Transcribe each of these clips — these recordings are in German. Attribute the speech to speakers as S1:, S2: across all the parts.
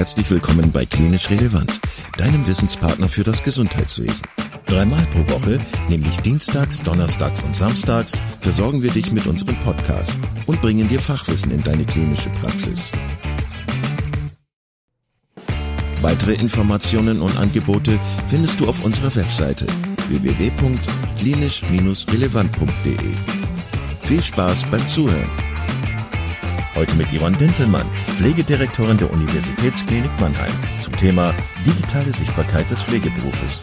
S1: Herzlich willkommen bei Klinisch Relevant, deinem Wissenspartner für das Gesundheitswesen. 3-mal pro Woche, nämlich dienstags, donnerstags und samstags, versorgen wir dich mit unserem Podcast und bringen dir Fachwissen in deine klinische Praxis. Weitere Informationen und Angebote findest du auf unserer Webseite www.klinisch-relevant.de. Viel Spaß beim Zuhören. Heute mit Yvonne Dintelmann, Pflegedirektorin der Universitätsklinik Mannheim, zum Thema digitale Sichtbarkeit des Pflegeberufes.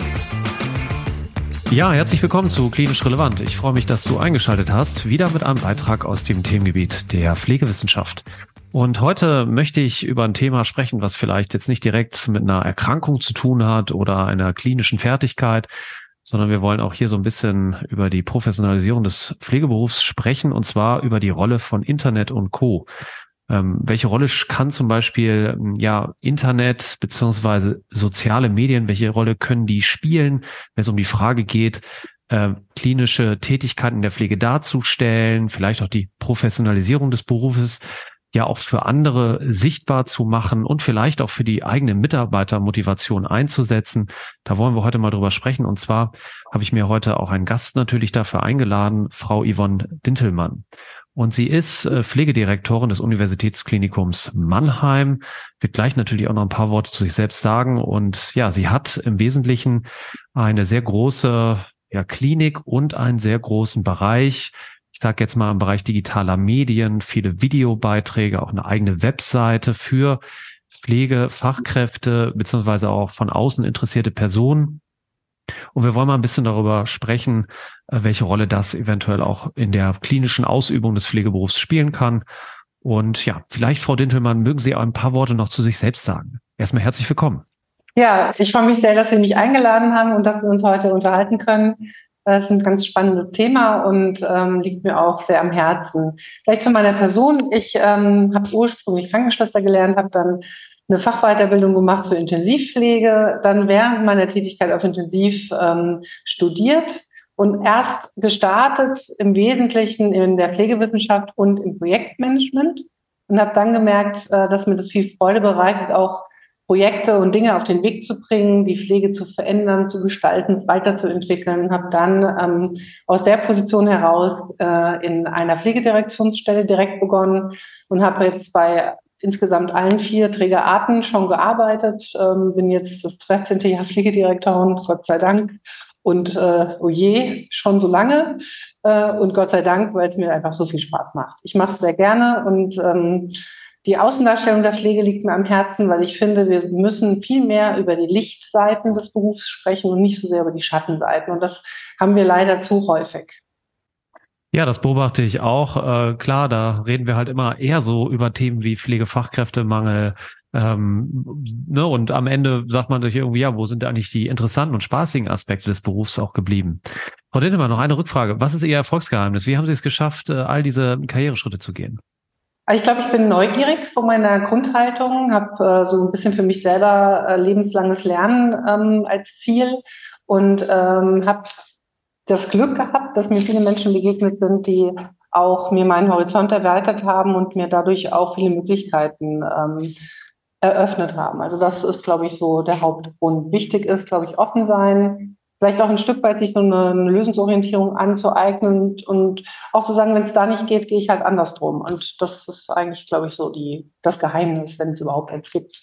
S2: Ja, herzlich willkommen zu Klinisch Relevant. Ich freue mich, dass du eingeschaltet hast, wieder mit einem Beitrag aus dem Themengebiet der Pflegewissenschaft. Und heute möchte ich über ein Thema sprechen, was vielleicht jetzt nicht direkt mit einer Erkrankung zu tun hat oder einer klinischen Fertigkeit, sondern wir wollen auch hier so ein bisschen über die Professionalisierung des Pflegeberufs sprechen, und zwar über die Rolle von Internet und Co. Welche Rolle kann zum Beispiel Internet beziehungsweise soziale Medien, welche Rolle können die spielen, wenn es um die Frage geht, klinische Tätigkeiten in der Pflege darzustellen, vielleicht auch die Professionalisierung des Berufes ja auch für andere sichtbar zu machen und vielleicht auch für die eigene Mitarbeitermotivation einzusetzen. Da wollen wir heute mal drüber sprechen. Und zwar habe ich mir heute auch einen Gast natürlich dafür eingeladen, Frau Yvonne Dintelmann. Und sie ist Pflegedirektorin des Universitätsklinikums Mannheim, wird gleich natürlich auch noch ein paar Worte zu sich selbst sagen. Und ja, sie hat im Wesentlichen eine sehr große Klinik und einen sehr großen Bereich. Ich sage jetzt mal im Bereich digitaler Medien, viele Videobeiträge, auch eine eigene Webseite für Pflegefachkräfte beziehungsweise auch von außen interessierte Personen. Und wir wollen mal ein bisschen darüber sprechen, welche Rolle das eventuell auch in der klinischen Ausübung des Pflegeberufs spielen kann. Und ja, vielleicht, Frau Dintelmann, mögen Sie auch ein paar Worte noch zu sich selbst sagen. Erstmal herzlich willkommen.
S3: Ja, ich freue mich sehr, dass Sie mich eingeladen haben und dass wir uns heute unterhalten können. Das ist ein ganz spannendes Thema und liegt mir auch sehr am Herzen. Vielleicht zu meiner Person. Ich habe ursprünglich Krankenschwester gelernt, habe dann eine Fachweiterbildung gemacht zur Intensivpflege, dann während meiner Tätigkeit auf Intensiv studiert und erst gestartet im Wesentlichen in der Pflegewissenschaft und im Projektmanagement und habe dann gemerkt, dass mir das viel Freude bereitet, auch Projekte und Dinge auf den Weg zu bringen, die Pflege zu verändern, zu gestalten, weiterzuentwickeln. Habe dann aus der Position heraus in einer Pflegedirektionsstelle direkt begonnen und habe jetzt bei insgesamt allen 4 Trägerarten schon gearbeitet. Bin jetzt das 13. Jahr Pflegedirektorin, Gott sei Dank. Und schon so lange. Und Gott sei Dank, weil es mir einfach so viel Spaß macht. Ich mache es sehr gerne und die Außendarstellung der Pflege liegt mir am Herzen, weil ich finde, wir müssen viel mehr über die Lichtseiten des Berufs sprechen und nicht so sehr über die Schattenseiten. Und das haben wir leider zu häufig.
S2: Ja, das beobachte ich auch. Klar, da reden wir halt immer eher so über Themen wie Pflegefachkräftemangel. Und am Ende sagt man sich irgendwie, wo sind eigentlich die interessanten und spaßigen Aspekte des Berufs auch geblieben? Frau Dintelmann, noch eine Rückfrage. Was ist Ihr Erfolgsgeheimnis? Wie haben Sie es geschafft, all diese Karriereschritte zu gehen?
S3: Ich glaube, ich bin neugierig von meiner Grundhaltung, habe so ein bisschen für mich selber lebenslanges Lernen als Ziel und habe das Glück gehabt, dass mir viele Menschen begegnet sind, die auch mir meinen Horizont erweitert haben und mir dadurch auch viele Möglichkeiten eröffnet haben. Also das ist, glaube ich, so der Hauptgrund. Wichtig ist, glaube ich, offen sein, vielleicht auch ein Stück weit sich so eine Lösungsorientierung anzueignen und auch zu sagen, wenn es da nicht geht, gehe ich halt anders drum. Und das ist eigentlich, glaube ich, so das Geheimnis, wenn es überhaupt eins gibt.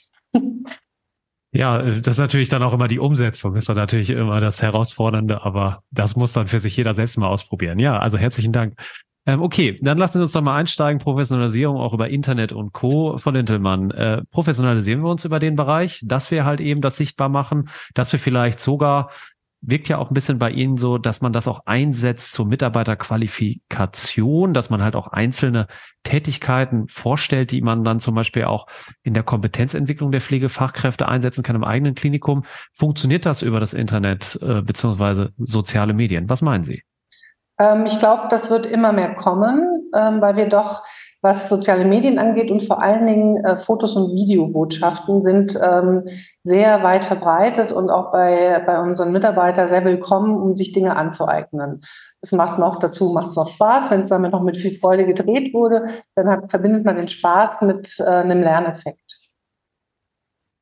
S2: Ja, das ist natürlich dann auch immer die Umsetzung, ist dann natürlich immer das Herausfordernde, aber das muss dann für sich jeder selbst mal ausprobieren. Ja, also herzlichen Dank. Okay, dann lassen Sie uns doch mal einsteigen. Professionalisierung auch über Internet und Co. Frau Dintelmann. Professionalisieren wir uns über den Bereich, dass wir halt eben das sichtbar machen, dass wir vielleicht sogar wirkt ja auch ein bisschen bei Ihnen so, dass man das auch einsetzt zur Mitarbeiterqualifikation, dass man halt auch einzelne Tätigkeiten vorstellt, die man dann zum Beispiel auch in der Kompetenzentwicklung der Pflegefachkräfte einsetzen kann im eigenen Klinikum. Funktioniert das über das Internet beziehungsweise soziale Medien? Was meinen Sie?
S3: Ich glaube, das wird immer mehr kommen, weil wir doch, was soziale Medien angeht und vor allen Dingen Fotos- und Videobotschaften sind sehr weit verbreitet und auch bei unseren Mitarbeitern sehr willkommen, um sich Dinge anzueignen. Es macht noch Spaß, wenn es damit noch mit viel Freude gedreht wurde, dann verbindet man den Spaß mit einem Lerneffekt.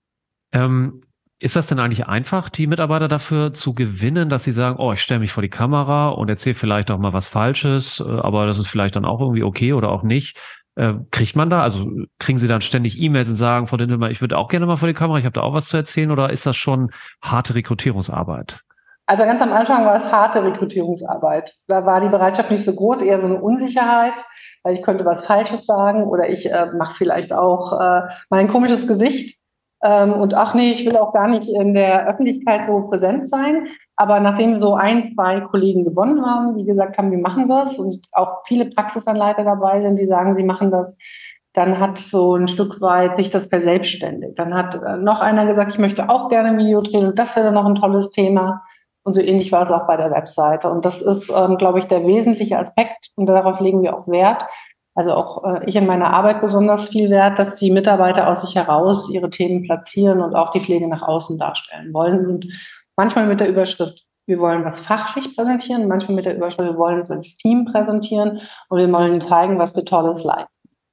S2: Ist das denn eigentlich einfach, die Mitarbeiter dafür zu gewinnen, dass sie sagen, oh, ich stelle mich vor die Kamera und erzähle vielleicht auch mal was Falsches, aber das ist vielleicht dann auch irgendwie okay oder auch nicht? Kriegt man da, also kriegen Sie dann ständig E-Mails und sagen, Frau Dintelmann, ich würde auch gerne mal vor die Kamera, ich habe da auch was zu erzählen, oder ist das schon harte Rekrutierungsarbeit?
S3: Also ganz am Anfang war es harte Rekrutierungsarbeit. Da war die Bereitschaft nicht so groß, eher so eine Unsicherheit, weil ich könnte was Falsches sagen oder ich mache vielleicht auch mal ein komisches Gesicht. Und ach nee, ich will auch gar nicht in der Öffentlichkeit so präsent sein. Aber nachdem wir so ein, zwei Kollegen gewonnen haben, die gesagt haben, wir machen das und auch viele Praxisanleiter dabei sind, die sagen, sie machen das, dann hat so ein Stück weit sich das verselbstständigt. Dann hat noch einer gesagt, ich möchte auch gerne ein Video drehen und das wäre noch ein tolles Thema. Und so ähnlich war es auch bei der Webseite. Und das ist, glaube ich, der wesentliche Aspekt und darauf legen wir auch Wert. Also auch ich in meiner Arbeit besonders viel Wert, dass die Mitarbeiter aus sich heraus ihre Themen platzieren und auch die Pflege nach außen darstellen wollen. Und manchmal mit der Überschrift, wir wollen was fachlich präsentieren, manchmal mit der Überschrift, wir wollen uns als Team präsentieren und wir wollen zeigen, was wir Tolles leisten.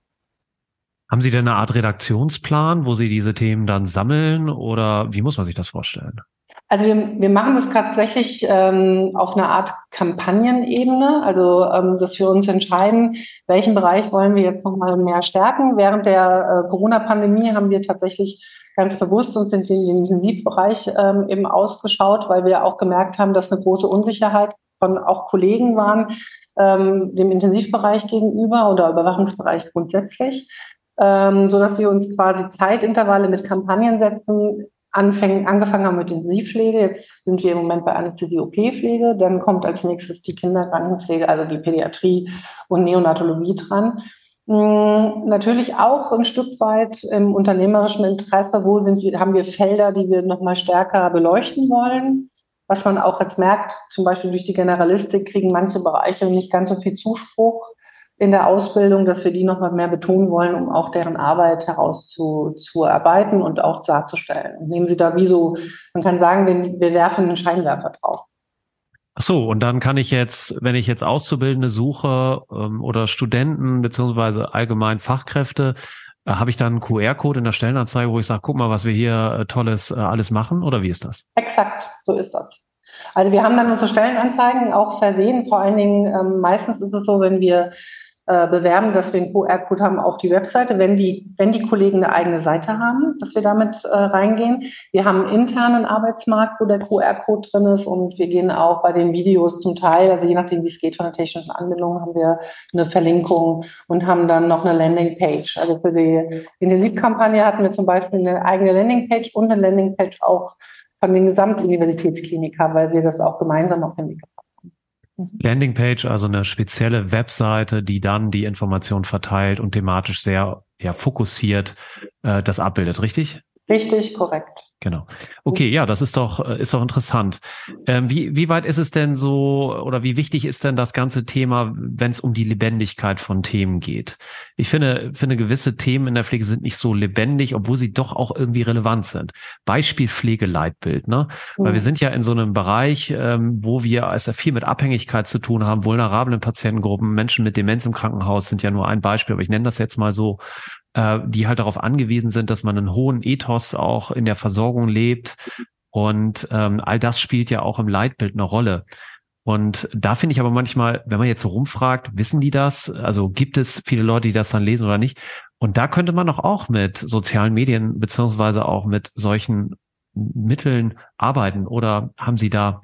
S2: Haben Sie denn eine Art Redaktionsplan, wo Sie diese Themen dann sammeln, oder wie muss man sich das vorstellen?
S3: Also wir machen das tatsächlich auf einer Art Kampagnenebene, also dass wir uns entscheiden, welchen Bereich wollen wir jetzt nochmal mehr stärken. Während der Corona-Pandemie haben wir tatsächlich ganz bewusst uns in den Intensivbereich eben ausgeschaut, weil wir auch gemerkt haben, dass eine große Unsicherheit von auch Kollegen waren dem Intensivbereich gegenüber oder Überwachungsbereich grundsätzlich, so dass wir uns quasi Zeitintervalle mit Kampagnen setzen. Angefangen haben mit Intensivpflege, jetzt sind wir im Moment bei Anästhesie-OP-Pflege, dann kommt als nächstes die Kinderkrankenpflege, also die Pädiatrie und Neonatologie dran. Natürlich auch ein Stück weit im unternehmerischen Interesse, haben wir Felder, die wir nochmal stärker beleuchten wollen. Was man auch jetzt merkt, zum Beispiel durch die Generalistik kriegen manche Bereiche nicht ganz so viel Zuspruch in der Ausbildung, dass wir die nochmal mehr betonen wollen, um auch deren Arbeit herauszuarbeiten und auch darzustellen. Und nehmen Sie da wie so, man kann sagen, wir werfen einen Scheinwerfer drauf.
S2: Ach so, und dann kann ich jetzt, wenn ich jetzt Auszubildende suche oder Studenten beziehungsweise allgemein Fachkräfte, habe ich dann einen QR-Code in der Stellenanzeige, wo ich sage, guck mal, was wir hier Tolles alles machen, oder wie ist das?
S3: Exakt, so ist das. Also wir haben dann unsere Stellenanzeigen auch versehen. Vor allen Dingen, meistens ist es so, wenn wir bewerben, dass wir einen QR-Code haben auf die Webseite, wenn die Kollegen eine eigene Seite haben, dass wir damit reingehen. Wir haben einen internen Arbeitsmarkt, wo der QR-Code drin ist, und wir gehen auch bei den Videos zum Teil, also je nachdem, wie es geht von der technischen Anbindung, haben wir eine Verlinkung und haben dann noch eine Landingpage. Also für die Intensivkampagne hatten wir zum Beispiel eine eigene Landingpage und eine Landingpage auch von den Gesamtuniversitätskliniker, weil wir das auch gemeinsam auf den Weg haben.
S2: Landingpage, also eine spezielle Webseite, die dann die Information verteilt und thematisch sehr fokussiert das abbildet, richtig?
S3: Richtig, korrekt.
S2: Genau. Okay, ja, das ist doch interessant. Wie weit ist es denn so, oder wie wichtig ist denn das ganze Thema, wenn es um die Lebendigkeit von Themen geht? Ich finde gewisse Themen in der Pflege sind nicht so lebendig, obwohl sie doch auch irgendwie relevant sind. Beispiel Pflegeleitbild, ne? Weil wir sind ja in so einem Bereich, wo wir es ja viel mit Abhängigkeit zu tun haben, vulnerablen Patientengruppen, Menschen mit Demenz im Krankenhaus sind ja nur ein Beispiel, aber ich nenne das jetzt mal so, die halt darauf angewiesen sind, dass man einen hohen Ethos auch in der Versorgung lebt. Und all das spielt ja auch im Leitbild eine Rolle. Und da finde ich aber manchmal, wenn man jetzt so rumfragt, wissen die das? Also gibt es viele Leute, die das dann lesen oder nicht? Und da könnte man doch auch mit sozialen Medien beziehungsweise auch mit solchen Mitteln arbeiten. Oder haben Sie da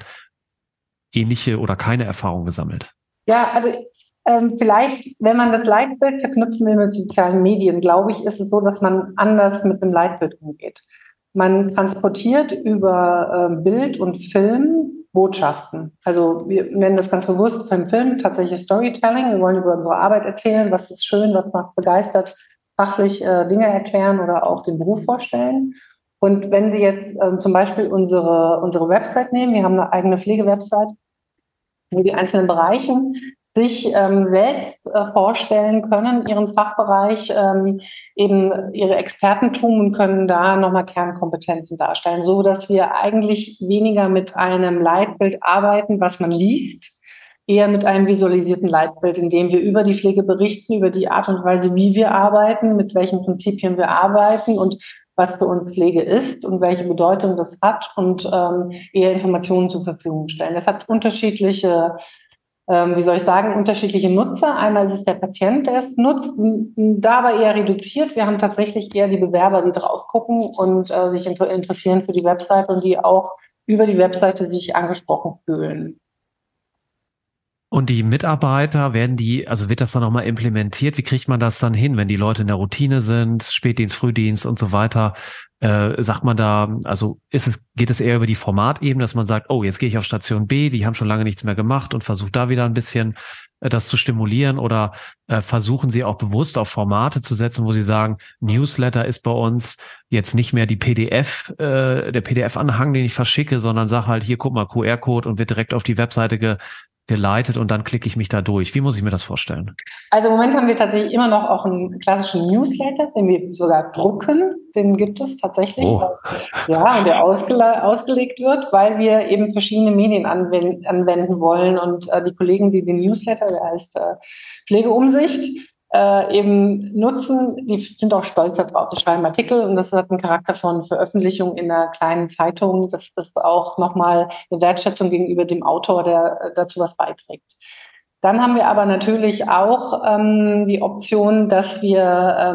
S2: ähnliche oder keine Erfahrung gesammelt?
S3: Ja, also vielleicht, wenn man das Leitbild verknüpfen will mit sozialen Medien, glaube ich, ist es so, dass man anders mit dem Leitbild umgeht. Man transportiert über Bild und Film Botschaften. Also wir nennen das ganz bewusst beim Film tatsächlich Storytelling. Wir wollen über unsere Arbeit erzählen, was ist schön, was macht begeistert, fachlich Dinge erklären oder auch den Beruf vorstellen. Und wenn Sie jetzt zum Beispiel unsere Website nehmen, wir haben eine eigene Pflegewebsite, wo die einzelnen Bereiche sich selbst vorstellen können, ihren Fachbereich, eben ihre Expertentum, und können da nochmal Kernkompetenzen darstellen, so dass wir eigentlich weniger mit einem Leitbild arbeiten, was man liest, eher mit einem visualisierten Leitbild, in dem wir über die Pflege berichten, über die Art und Weise, wie wir arbeiten, mit welchen Prinzipien wir arbeiten und was für uns Pflege ist und welche Bedeutung das hat und eher Informationen zur Verfügung stellen. Das hat unterschiedliche unterschiedliche Nutzer. Einmal ist es der Patient, der es nutzt, da aber eher reduziert. Wir haben tatsächlich eher die Bewerber, die drauf gucken und sich interessieren für die Webseite und die auch über die Webseite sich angesprochen fühlen.
S2: Und die Mitarbeiter, wird das dann nochmal implementiert? Wie kriegt man das dann hin, wenn die Leute in der Routine sind, Spätdienst, Frühdienst und so weiter? Sagt man da, also geht es eher über die Formatebene, dass man sagt, oh, jetzt gehe ich auf Station B, die haben schon lange nichts mehr gemacht und versucht da wieder ein bisschen das zu stimulieren, oder versuchen Sie auch bewusst auf Formate zu setzen, wo Sie sagen, Newsletter ist bei uns jetzt nicht mehr der PDF-Anhang, den ich verschicke, sondern sag halt, hier, guck mal, QR-Code, und wird direkt auf die Webseite geleitet und dann klicke ich mich da durch. Wie muss ich mir das vorstellen?
S3: Also im Moment haben wir tatsächlich immer noch auch einen klassischen Newsletter, den wir sogar drucken. Den gibt es tatsächlich.
S2: Oh.
S3: Und der ausgelegt wird, weil wir eben verschiedene Medien anwenden wollen. Und die Kollegen, die den Newsletter, der heißt Pflegeumsicht, eben nutzen, die sind auch stolz darauf. Die schreiben Artikel und das hat einen Charakter von Veröffentlichung in einer kleinen Zeitung. Das ist auch nochmal eine Wertschätzung gegenüber dem Autor, der dazu was beiträgt. Dann haben wir aber natürlich auch die Option, dass wir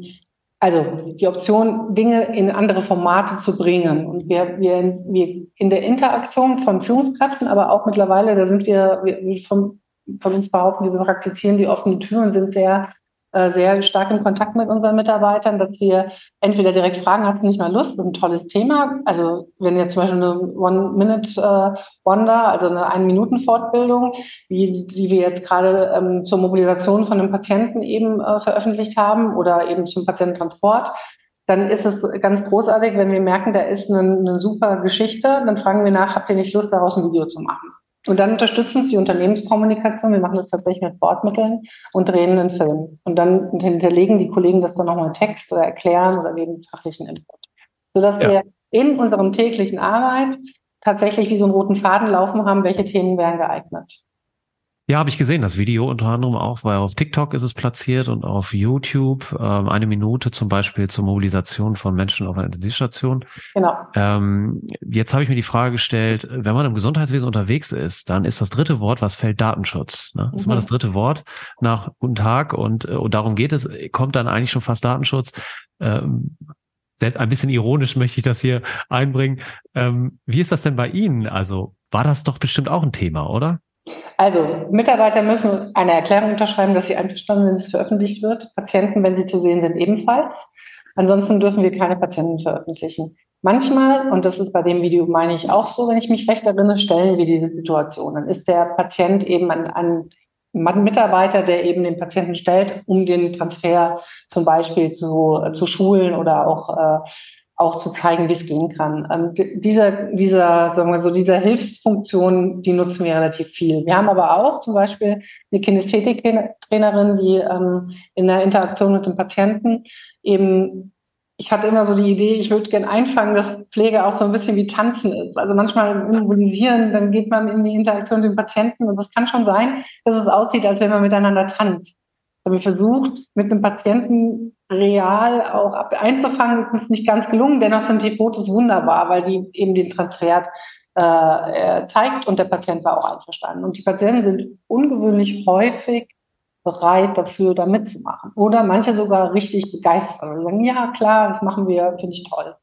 S3: Dinge in andere Formate zu bringen. Und wir in der Interaktion von Führungskräften, aber auch mittlerweile, da sind wir von uns behaupten, wir praktizieren die offene Tür und sind sehr stark in Kontakt mit unseren Mitarbeitern, dass wir entweder direkt fragen, hast du nicht mal Lust? Das ist ein tolles Thema. Also wenn jetzt zum Beispiel eine One-Minute-Wonder, also eine 1-Minuten-Fortbildung, wie wir jetzt gerade zur Mobilisation von einem Patienten eben veröffentlicht haben oder eben zum Patiententransport, dann ist es ganz großartig, wenn wir merken, da ist eine super Geschichte, dann fragen wir nach, habt ihr nicht Lust, daraus ein Video zu machen? Und dann unterstützen sie Unternehmenskommunikation. Wir machen das tatsächlich mit Bordmitteln und drehen einen Film. Und dann hinterlegen die Kollegen das dann nochmal in Text oder erklären oder geben fachlichen Input. Sodass wir in unserem täglichen Arbeit tatsächlich wie so einen roten Faden laufen haben, welche Themen wären geeignet.
S2: Ja, habe ich gesehen, das Video unter anderem auch, weil auf TikTok ist es platziert und auf YouTube 1 Minute zum Beispiel zur Mobilisation von Menschen auf einer Intensivstation.
S3: Genau.
S2: Jetzt habe ich mir die Frage gestellt, wenn man im Gesundheitswesen unterwegs ist, dann ist das dritte Wort, was fällt, Datenschutz. Ne? Das ist immer das dritte Wort nach Guten Tag und darum geht es, kommt dann eigentlich schon fast Datenschutz. Ein bisschen ironisch möchte ich das hier einbringen. Wie ist das denn bei Ihnen? Also war das doch bestimmt auch ein Thema, oder?
S3: Also Mitarbeiter müssen eine Erklärung unterschreiben, dass sie einverstanden sind, wenn es veröffentlicht wird. Patienten, wenn sie zu sehen sind, ebenfalls. Ansonsten dürfen wir keine Patienten veröffentlichen. Manchmal, und das ist bei dem Video, meine ich, auch so, wenn ich mich recht erinnere, stellen wir diese Situation. Dann ist der Patient eben ein Mitarbeiter, der eben den Patienten stellt, um den Transfer zum Beispiel zu schulen oder auch zu zeigen, wie es gehen kann. Dieser Hilfsfunktion, die nutzen wir relativ viel. Wir haben aber auch zum Beispiel eine Kinästhetik-Trainerin, die in der Interaktion mit dem Patienten eben, ich hatte immer so die Idee, ich würde gerne einfangen, dass Pflege auch so ein bisschen wie Tanzen ist. Also manchmal immobilisieren, dann geht man in die Interaktion mit dem Patienten und es kann schon sein, dass es aussieht, als wenn man miteinander tanzt. Wir versucht, mit einem Patienten real auch einzufangen, ist nicht ganz gelungen. Dennoch sind die Fotos wunderbar, weil die eben den Transfer zeigt und der Patient war auch einverstanden. Und die Patienten sind ungewöhnlich häufig bereit dafür, da mitzumachen. Oder manche sogar richtig begeistert. Und sagen, ja klar, das machen wir, finde ich toll.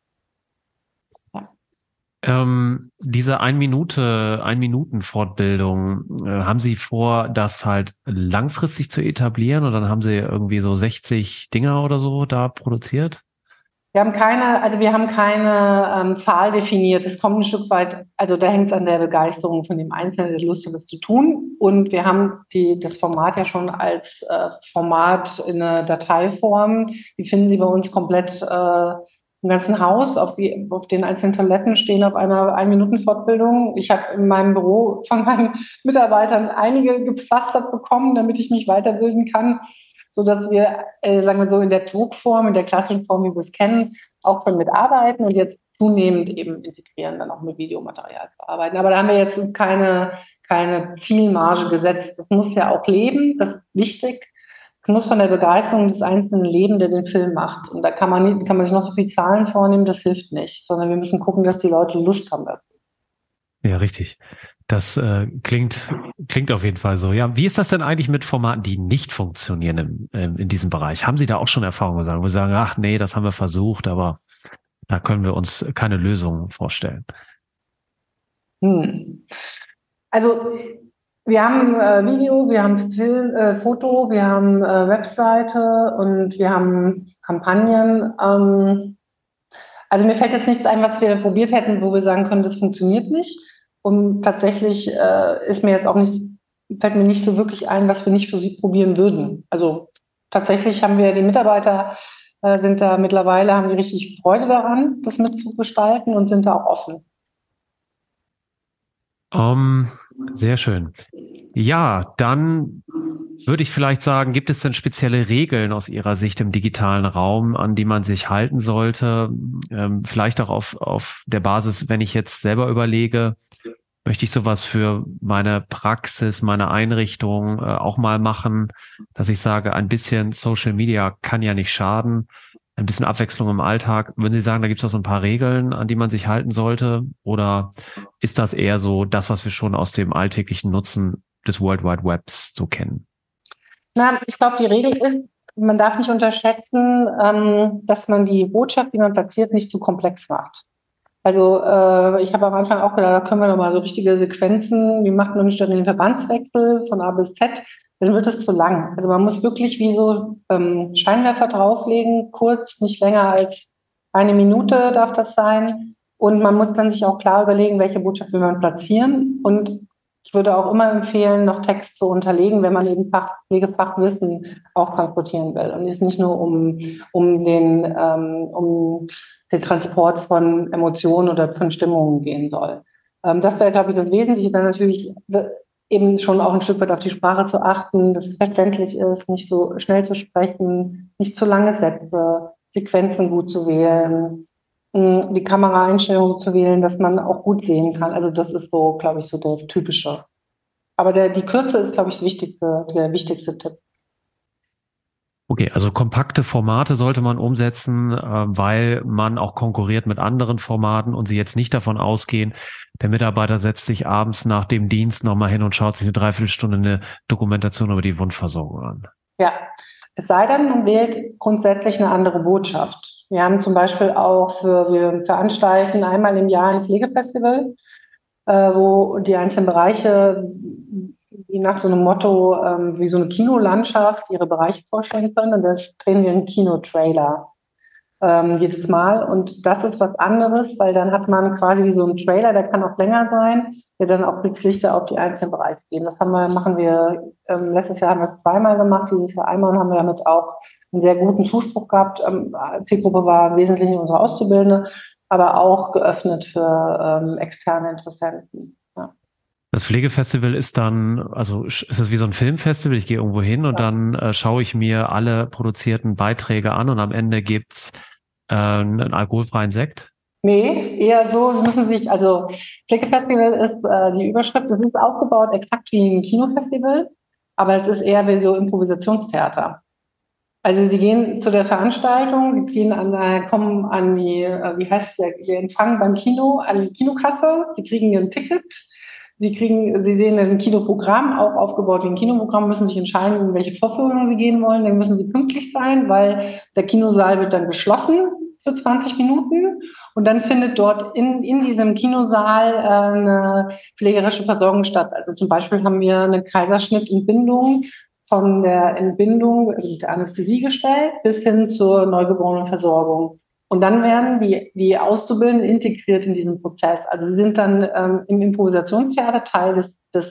S2: Diese 1-Minuten-Fortbildung, haben Sie vor, das halt langfristig zu etablieren, und dann haben Sie irgendwie so 60 Dinger oder so da produziert?
S3: Wir haben keine Zahl definiert. Es kommt ein Stück weit, also da hängt es an der Begeisterung von dem Einzelnen, der Lust hat, das zu tun. Und wir haben das Format ja schon als Format in einer Dateiform. Die finden Sie bei uns komplett im ganzen Haus. Auf den einzelnen Toiletten stehen auf einer 1-Minuten-Fortbildung. Ich habe in meinem Büro von meinen Mitarbeitern einige gepflastert bekommen, damit ich mich weiterbilden kann, so dass wir, sagen wir so, in der Druckform, in der klassischen Form, wie wir es kennen, auch schon mitarbeiten und jetzt zunehmend eben integrieren, dann auch mit Videomaterial zu arbeiten. Aber da haben wir jetzt keine Zielmarge gesetzt. Das muss ja auch leben, das ist wichtig. muss von der Begeisterung des Einzelnen leben, der den Film macht. Und da kann man sich noch so viele Zahlen vornehmen, das hilft nicht, sondern wir müssen gucken, dass die Leute Lust haben dazu.
S2: Ja, richtig. Das klingt auf jeden Fall so. Ja, wie ist das denn eigentlich mit Formaten, die nicht funktionieren in diesem Bereich? Haben Sie da auch schon Erfahrungen gesagt, wo Sie sagen, ach nee, das haben wir versucht, aber da können wir uns keine Lösung vorstellen?
S3: Also wir haben Video, wir haben Film, Foto, wir haben Webseite und wir haben Kampagnen. Also mir fällt jetzt nichts ein, was wir probiert hätten, wo wir sagen können, das funktioniert nicht. Und tatsächlich fällt mir nicht so wirklich ein, was wir nicht für sie probieren würden. Also tatsächlich haben wir die Mitarbeiter sind da mittlerweile, haben die richtig Freude daran, das mitzugestalten und sind da auch offen.
S2: Sehr schön. Ja, dann würde ich vielleicht sagen, gibt es denn spezielle Regeln aus Ihrer Sicht im digitalen Raum, an die man sich halten sollte? Vielleicht auch auf der Basis, wenn ich jetzt selber überlege, möchte ich sowas für meine Praxis, meine Einrichtung auch mal machen, dass ich sage, ein bisschen Social Media kann ja nicht schaden, ein bisschen Abwechslung im Alltag. Würden Sie sagen, da gibt es auch so ein paar Regeln, an die man sich halten sollte? Oder ist das eher so das, was wir schon aus dem alltäglichen Nutzen des World Wide Webs so kennen?
S3: Na, ich glaube, die Regel ist, man darf nicht unterschätzen, dass man die Botschaft, die man platziert, nicht zu komplex macht. Also ich habe am Anfang auch gedacht, da können wir nochmal so richtige Sequenzen, wie macht man nicht dann den Verbandswechsel von A bis Z, dann wird es zu lang. Also man muss wirklich wie so Scheinwerfer drauflegen, kurz, nicht länger als 1 Minute darf das sein. Und man muss dann sich auch klar überlegen, welche Botschaft will man platzieren. Und ich würde auch immer empfehlen, noch Text zu unterlegen, wenn man eben Pflegefachwissen auch transportieren will. Und es nicht nur um den Transport von Emotionen oder von Stimmungen gehen soll. Das wäre, glaube ich, das Wesentliche. Dann natürlich eben schon auch ein Stück weit auf die Sprache zu achten, dass es verständlich ist, nicht so schnell zu sprechen, nicht zu lange Sätze, Sequenzen gut zu wählen, die Kameraeinstellungen zu wählen, dass man auch gut sehen kann. Also das ist so, glaube ich, so der typische. Aber die Kürze ist, glaube ich, der wichtigste Tipp.
S2: Okay, also kompakte Formate sollte man umsetzen, weil man auch konkurriert mit anderen Formaten und Sie jetzt nicht davon ausgehen, der Mitarbeiter setzt sich abends nach dem Dienst nochmal hin und schaut sich eine Dreiviertelstunde eine Dokumentation über die Wundversorgung an.
S3: Ja, es sei denn, man wählt grundsätzlich eine andere Botschaft. Wir haben zum Beispiel auch wir veranstalten einmal im Jahr ein Pflegefestival, wo die einzelnen Bereiche wie nach so einem Motto, wie so eine Kinolandschaft ihre Bereiche vorstellen können. Und da drehen wir einen Kinotrailer jedes Mal. Und das ist was anderes, weil dann hat man quasi wie so einen Trailer, der kann auch länger sein, der dann auch Blitzlichter auf die einzelnen Bereiche geben. Das machen wir, letztes Jahr haben wir es 2-mal gemacht, dieses Jahr einmal und haben wir damit auch einen sehr guten Zuspruch gehabt. Zielgruppe war im Wesentlichen unsere Auszubildende, aber auch geöffnet für externe Interessenten. Ja.
S2: Das Pflegefestival ist dann, also ist das wie so ein Filmfestival? Ich gehe irgendwo hin und dann schaue ich mir alle produzierten Beiträge an und am Ende gibt's einen alkoholfreien Sekt?
S3: Nee, eher so, also Pflegefestival ist die Überschrift, es ist aufgebaut exakt wie ein Kinofestival, aber es ist eher wie so Improvisationstheater. Also sie gehen zu der Veranstaltung, sie kommen an die, der Empfang beim Kino, an die Kinokasse, sie kriegen ein Ticket, sie sehen ein Kinoprogramm, auch aufgebaut wie ein Kinoprogramm, müssen sich entscheiden, in welche Vorführung sie gehen wollen, dann müssen sie pünktlich sein, weil der Kinosaal wird dann geschlossen für 20 Minuten und dann findet dort in diesem Kinosaal eine pflegerische Versorgung statt. Also zum Beispiel haben wir eine Kaiserschnittentbindung von der Entbindung, also der Anästhesie gestellt, bis hin zur Neugeborenenversorgung. Und dann werden die Auszubildenden integriert in diesen Prozess. Also sie sind dann im Improvisationstheater Teil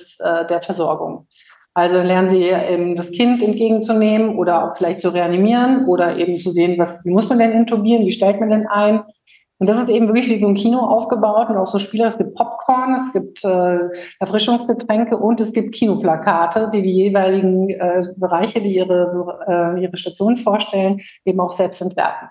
S3: der Versorgung. Also lernen sie das Kind entgegenzunehmen oder auch vielleicht zu reanimieren oder eben zu sehen, wie muss man denn intubieren, wie stellt man denn ein. Und das ist eben wirklich wie so ein Kino aufgebaut und auch so Spieler. Es gibt Popcorn, es gibt Erfrischungsgetränke und es gibt Kinoplakate, die jeweiligen Bereiche, die ihre Station vorstellen, eben auch selbst entwerfen.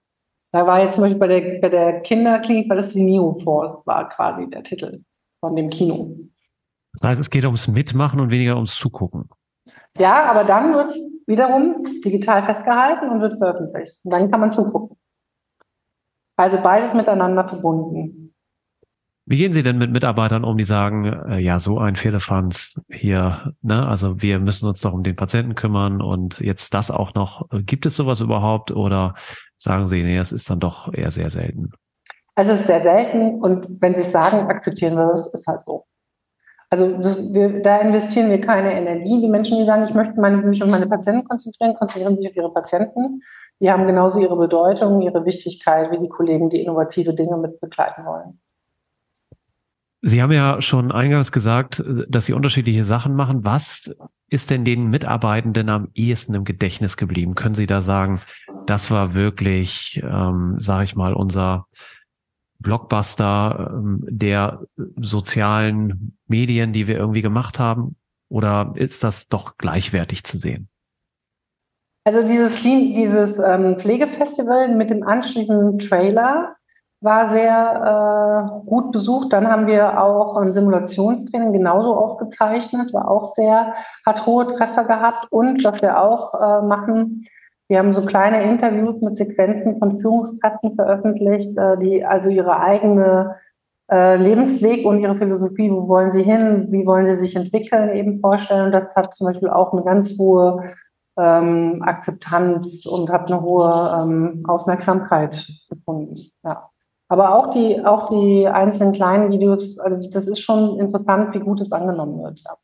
S3: Da war jetzt zum Beispiel bei der Kinderklinik, weil das die Neoforce war quasi der Titel von dem Kino.
S2: Das heißt, es geht ums Mitmachen und weniger ums Zugucken.
S3: Ja, aber dann wird es wiederum digital festgehalten und wird veröffentlicht. Und dann kann man zugucken. Also beides miteinander verbunden.
S2: Wie gehen Sie denn mit Mitarbeitern um, die sagen, ja, so ein Firlefanz hier, ne? Also wir müssen uns doch um den Patienten kümmern und jetzt das auch noch. Gibt es sowas überhaupt oder sagen Sie, nee, das ist dann doch eher sehr selten?
S3: Also es ist sehr selten und wenn Sie es sagen, akzeptieren wir das, ist halt so. Also da investieren wir keine Energie. Die Menschen, die sagen, ich möchte mich um meine Patienten konzentrieren sich auf ihre Patienten. Die haben genauso ihre Bedeutung, ihre Wichtigkeit wie die Kollegen, die innovative Dinge mit begleiten wollen.
S2: Sie haben ja schon eingangs gesagt, dass Sie unterschiedliche Sachen machen. Was ist denn den Mitarbeitenden am ehesten im Gedächtnis geblieben? Können Sie da sagen, das war wirklich, sage ich mal, unser Blockbuster der sozialen Medien, die wir irgendwie gemacht haben? Oder ist das doch gleichwertig zu sehen?
S3: Also dieses Pflegefestival mit dem anschließenden Trailer war sehr gut besucht. Dann haben wir auch ein Simulationstraining genauso aufgezeichnet, hat hohe Treffer gehabt. Und was wir auch machen, wir haben so kleine Interviews mit Sequenzen von Führungskräften veröffentlicht, die also ihre eigene Lebensweg und ihre Philosophie, wo wollen sie hin, wie wollen sie sich entwickeln, eben vorstellen. Und das hat zum Beispiel auch eine ganz hohe Akzeptanz und hat eine hohe Aufmerksamkeit gefunden. Ja. Aber auch die einzelnen kleinen Videos, also das ist schon interessant, wie gut es angenommen wird. Ja.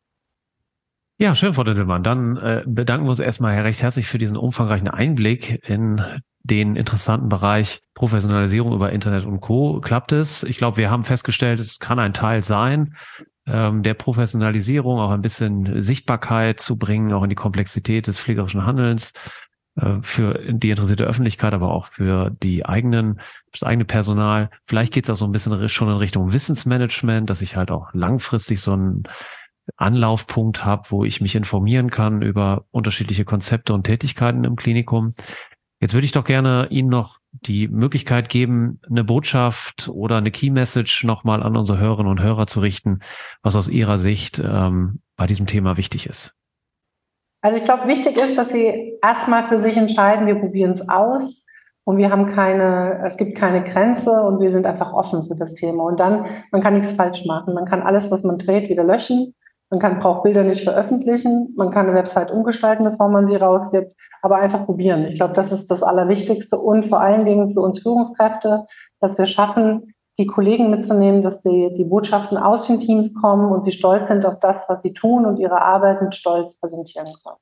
S2: Ja, schön, Frau Dintelmann. Dann bedanken wir uns erstmal recht herzlich für diesen umfangreichen Einblick in den interessanten Bereich Professionalisierung über Internet und Co. Klappt es? Ich glaube, wir haben festgestellt, es kann ein Teil sein, der Professionalisierung auch ein bisschen Sichtbarkeit zu bringen, auch in die Komplexität des pflegerischen Handelns, für die interessierte Öffentlichkeit, aber auch für das eigene Personal. Vielleicht geht es auch so ein bisschen schon in Richtung Wissensmanagement, dass ich halt auch langfristig so einen Anlaufpunkt habe, wo ich mich informieren kann über unterschiedliche Konzepte und Tätigkeiten im Klinikum. Jetzt würde ich doch gerne Ihnen noch die Möglichkeit geben, eine Botschaft oder eine Key Message nochmal an unsere Hörerinnen und Hörer zu richten, was aus Ihrer Sicht bei diesem Thema wichtig ist.
S3: Also ich glaube, wichtig ist, dass Sie erstmal für sich entscheiden, wir probieren es aus und es gibt keine Grenze und wir sind einfach offen für das Thema. Und dann, man kann nichts falsch machen. Man kann alles, was man dreht, wieder löschen. Braucht Bilder nicht veröffentlichen. Man kann eine Website umgestalten, bevor man sie rausgibt, aber einfach probieren. Ich glaube, das ist das Allerwichtigste und vor allen Dingen für uns Führungskräfte, dass wir schaffen, die Kollegen mitzunehmen, dass die Botschaften aus den Teams kommen und sie stolz sind auf das, was sie tun und ihre Arbeit mit Stolz präsentieren können.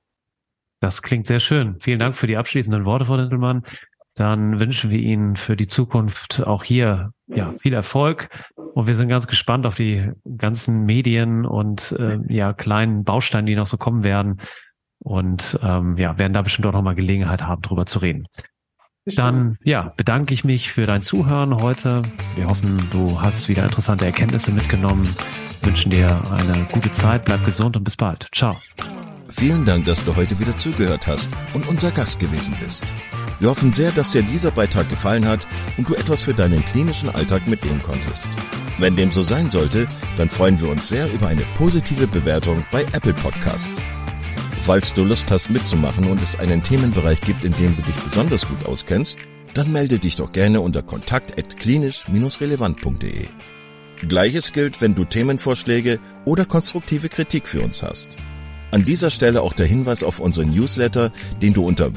S2: Das klingt sehr schön. Vielen Dank für die abschließenden Worte, Frau Dintelmann. Dann wünschen wir Ihnen für die Zukunft auch hier viel Erfolg. Und wir sind ganz gespannt auf die ganzen Medien und kleinen Bausteine, die noch so kommen werden. Und werden da bestimmt auch nochmal Gelegenheit haben, drüber zu reden. Dann bedanke ich mich für dein Zuhören heute. Wir hoffen, du hast wieder interessante Erkenntnisse mitgenommen. Wünschen dir eine gute Zeit, bleib gesund und bis bald. Ciao.
S1: Vielen Dank, dass du heute wieder zugehört hast und unser Gast gewesen bist. Wir hoffen sehr, dass dir dieser Beitrag gefallen hat und du etwas für deinen klinischen Alltag mitnehmen konntest. Wenn dem so sein sollte, dann freuen wir uns sehr über eine positive Bewertung bei Apple Podcasts. Falls du Lust hast mitzumachen und es einen Themenbereich gibt, in dem du dich besonders gut auskennst, dann melde dich doch gerne unter kontakt@klinisch-relevant.de. Gleiches gilt, wenn du Themenvorschläge oder konstruktive Kritik für uns hast. An dieser Stelle auch der Hinweis auf unseren Newsletter, den du unter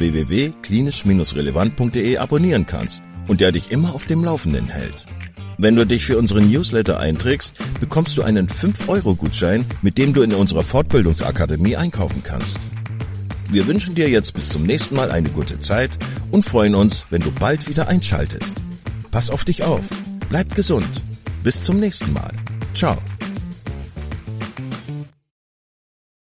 S1: www.klinisch-relevant.de abonnieren kannst und der dich immer auf dem Laufenden hält. Wenn du dich für unseren Newsletter einträgst, bekommst du einen 5-Euro-Gutschein, mit dem du in unserer Fortbildungsakademie einkaufen kannst. Wir wünschen dir jetzt bis zum nächsten Mal eine gute Zeit und freuen uns, wenn du bald wieder einschaltest. Pass auf dich auf, bleib gesund. Bis zum nächsten Mal. Ciao.